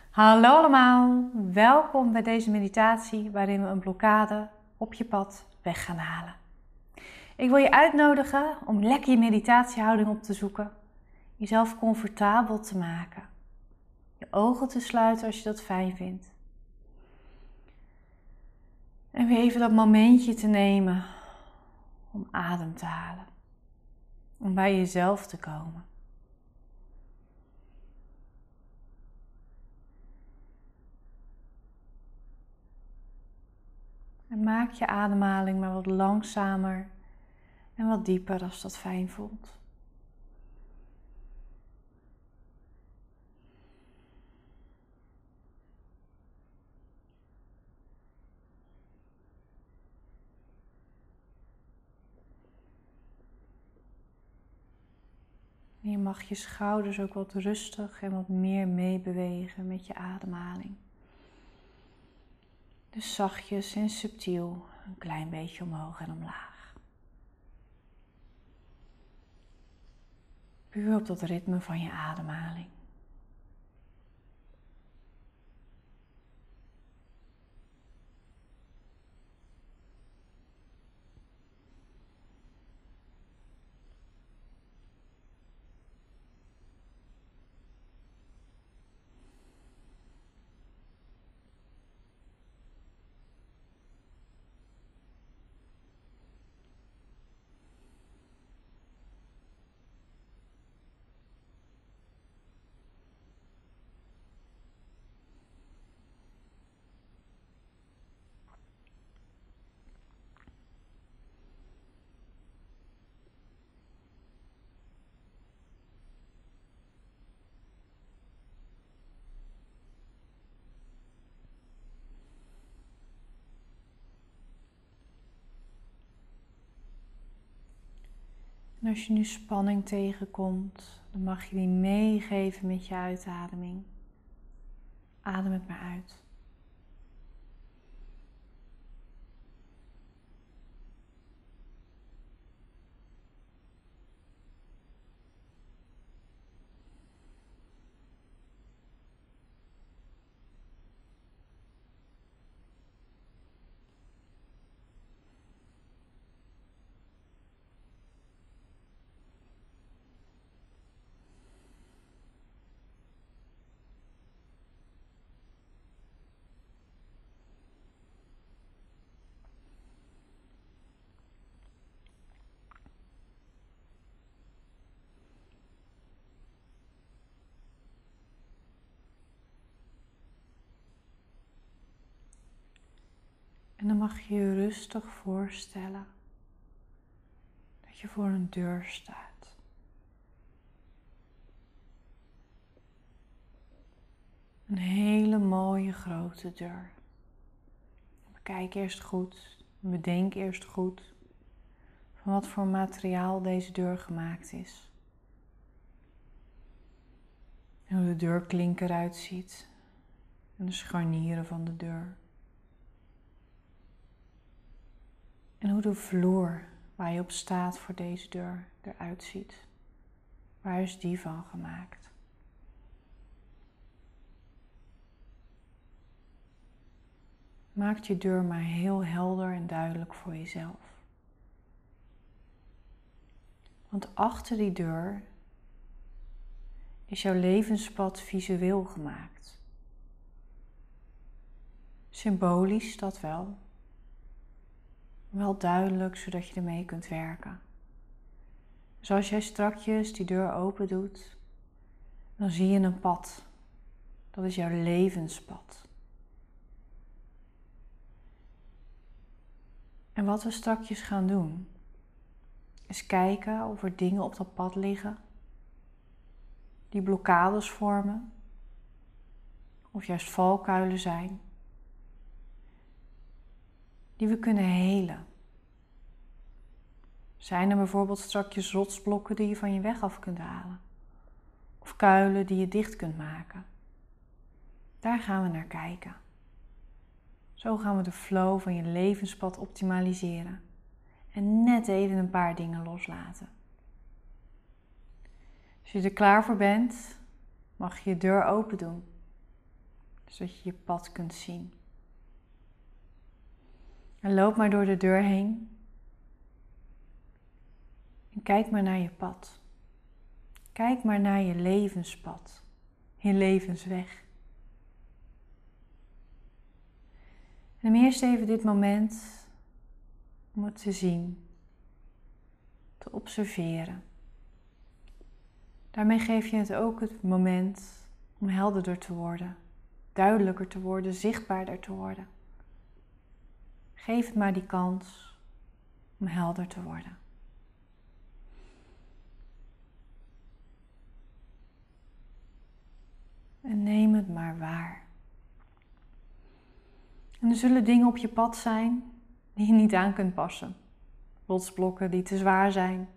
Hallo allemaal, welkom bij deze meditatie waarin we een blokkade op je pad weg gaan halen. Ik wil je uitnodigen om lekker je meditatiehouding op te zoeken, jezelf comfortabel te maken, je ogen te sluiten als je dat fijn vindt. En weer even dat momentje te nemen om adem te halen, om bij jezelf te komen. En maak je ademhaling maar wat langzamer en wat dieper als dat fijn voelt. En je mag je schouders ook wat rustig en wat meer meebewegen met je ademhaling. Dus zachtjes en subtiel een klein beetje omhoog en omlaag. Puur op dat ritme van je ademhaling. En als je nu spanning tegenkomt, dan mag je die meegeven met je uitademing. Adem het maar uit. En dan mag je je rustig voorstellen dat je voor een deur staat. Een hele mooie grote deur. Bekijk eerst goed, bedenk eerst goed van wat voor materiaal deze deur gemaakt is. En hoe de deurklink eruit ziet en de scharnieren van de deur. En hoe de vloer waar je op staat voor deze deur eruit ziet. Waar is die van gemaakt? Maak je deur maar heel helder en duidelijk voor jezelf. Want achter die deur is jouw levenspad visueel gemaakt. Symbolisch dat wel. Wel duidelijk, zodat je ermee kunt werken. Dus als jij strakjes die deur open doet, dan zie je een pad. Dat is jouw levenspad. En wat we strakjes gaan doen, is kijken of er dingen op dat pad liggen die blokkades vormen, of juist valkuilen zijn, die we kunnen helen. Zijn er bijvoorbeeld strakjes rotsblokken die je van je weg af kunt halen? Of kuilen die je dicht kunt maken? Daar gaan we naar kijken. Zo gaan we de flow van je levenspad optimaliseren. En net even een paar dingen loslaten. Als je er klaar voor bent, mag je je deur open doen. zodat je je pad kunt zien. En loop maar door de deur heen. En kijk maar naar je pad. Kijk maar naar je levenspad. Je levensweg. En neem eerst even dit moment om het te zien. Te observeren. Daarmee geef je het ook het moment om helderder te worden. Duidelijker te worden, zichtbaarder te worden. Geef het maar die kans om helder te worden. En neem het maar waar. En er zullen dingen op je pad zijn die je niet aan kunt passen. Rotsblokken die te zwaar zijn.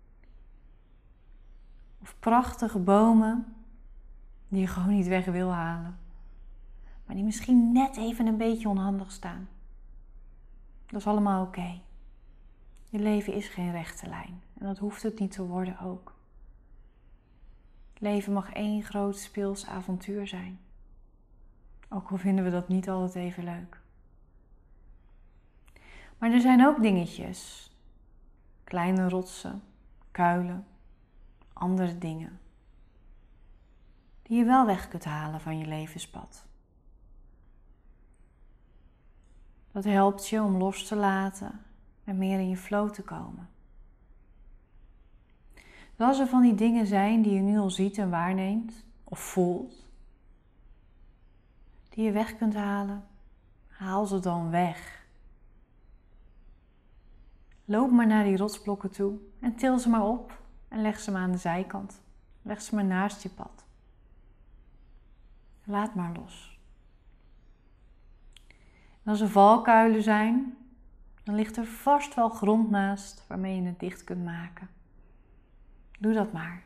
Of prachtige bomen die je gewoon niet weg wil halen. Maar die misschien net even een beetje onhandig staan. Dat is allemaal oké. Je leven is geen rechte lijn. En dat hoeft het niet te worden ook. Het leven mag één groot speels avontuur zijn. Ook al vinden we dat niet altijd even leuk. Maar er zijn ook dingetjes. Kleine rotsen, kuilen, andere dingen. Die je wel weg kunt halen van je levenspad. Dat helpt je om los te laten en meer in je flow te komen. Dus als er van die dingen zijn die je nu al ziet en waarneemt of voelt, die je weg kunt halen, haal ze dan weg. Loop maar naar die rotsblokken toe en til ze maar op en leg ze maar aan de zijkant. Leg ze maar naast je pad. Laat maar los. En als er valkuilen zijn, dan ligt er vast wel grond naast waarmee je het dicht kunt maken. Doe dat maar.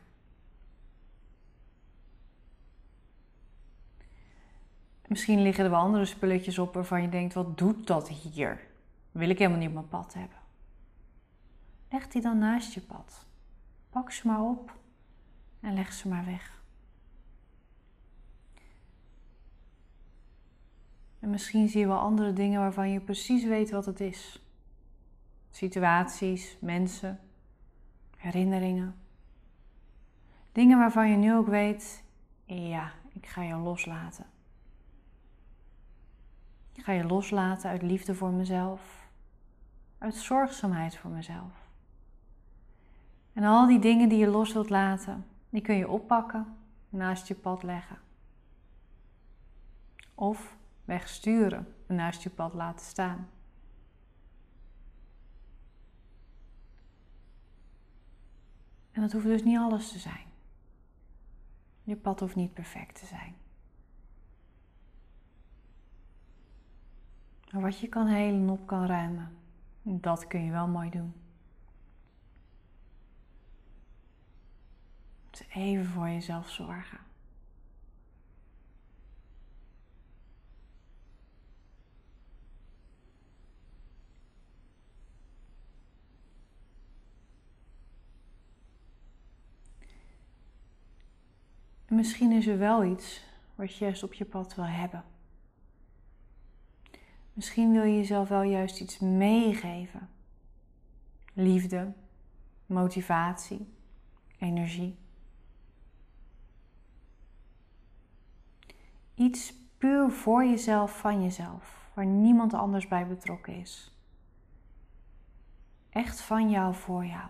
Misschien liggen er wel andere spulletjes op waarvan je denkt, wat doet dat hier? Wil ik helemaal niet op mijn pad hebben. Leg die dan naast je pad. Pak ze maar op en leg ze maar weg. En misschien zie je wel andere dingen waarvan je precies weet wat het is. Situaties, mensen, herinneringen. Dingen waarvan je nu ook weet, ja, ik ga je loslaten. Ik ga je loslaten uit liefde voor mezelf. Uit zorgzaamheid voor mezelf. En al die dingen die je los wilt laten, die kun je oppakken, naast je pad leggen. Of wegsturen en naast je pad laten staan. En dat hoeft dus niet alles te zijn. Je pad hoeft niet perfect te zijn. Maar wat je kan helen en op kan ruimen, dat kun je wel mooi doen. Dus even voor jezelf zorgen. En misschien is er wel iets wat je juist op je pad wil hebben. Misschien wil je jezelf wel juist iets meegeven. Liefde, motivatie, energie. Iets puur voor jezelf, van jezelf, waar niemand anders bij betrokken is. Echt van jou, voor jou.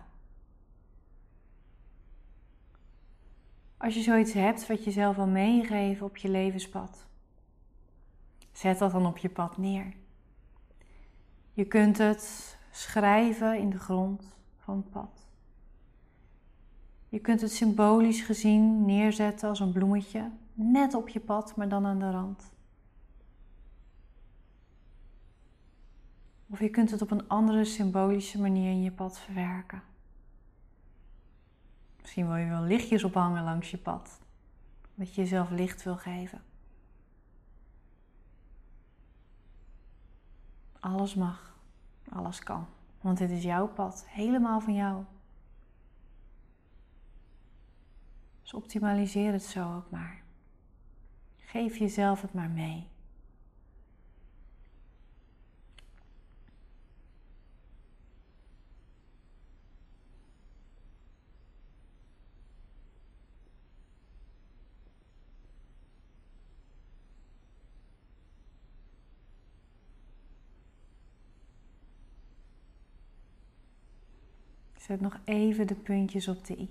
Als je zoiets hebt wat je zelf wil meegeven op je levenspad, zet dat dan op je pad neer. Je kunt het schrijven in de grond van het pad. Je kunt het symbolisch gezien neerzetten als een bloemetje, net op je pad, maar dan aan de rand. Of je kunt het op een andere symbolische manier in je pad verwerken. Misschien wil je wel lichtjes ophangen langs je pad, dat je jezelf licht wil geven. Alles mag, alles kan, want dit is jouw pad, helemaal van jou. Dus optimaliseer het zo ook maar. Geef Geef jezelf het maar mee. Zet nog even de puntjes op de i.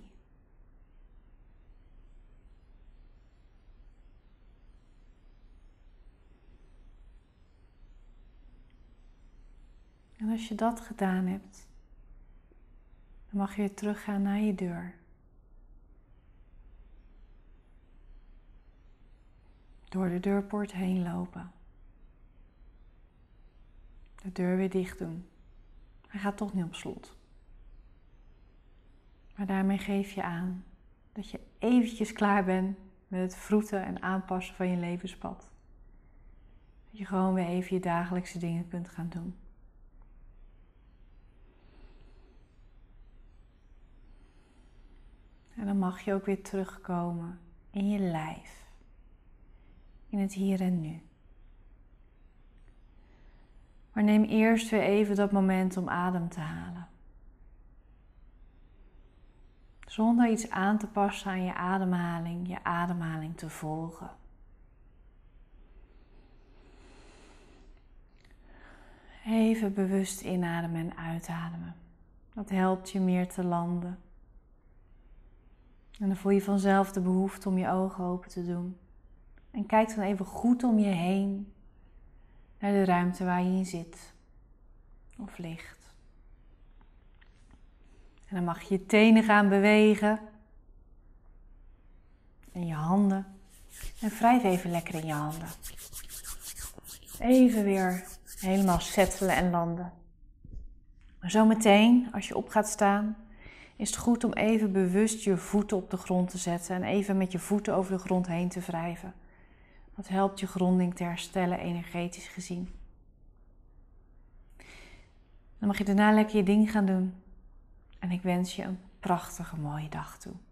En als je dat gedaan hebt, dan mag je weer teruggaan naar je deur. Door de deurpoort heen lopen. De deur weer dicht doen. Hij gaat toch niet op slot. Maar daarmee geef je aan dat je eventjes klaar bent met het vroeten en aanpassen van je levenspad. Dat je gewoon weer even je dagelijkse dingen kunt gaan doen. En dan mag je ook weer terugkomen in je lijf. In het hier en nu. Maar neem eerst weer even dat moment om adem te halen. Zonder iets aan te passen aan je ademhaling te volgen. Even bewust inademen en uitademen. Dat helpt je meer te landen. En dan voel je vanzelf de behoefte om je ogen open te doen. En kijk dan even goed om je heen naar de ruimte waar je in zit of ligt. En dan mag je je tenen gaan bewegen. En je handen. En wrijf even lekker in je handen. Even weer helemaal settelen en landen. Zometeen, als je op gaat staan, is het goed om even bewust je voeten op de grond te zetten. En even met je voeten over de grond heen te wrijven. Dat helpt je gronding te herstellen, energetisch gezien. Dan mag je daarna lekker je ding gaan doen. En ik wens je een prachtige mooie dag toe.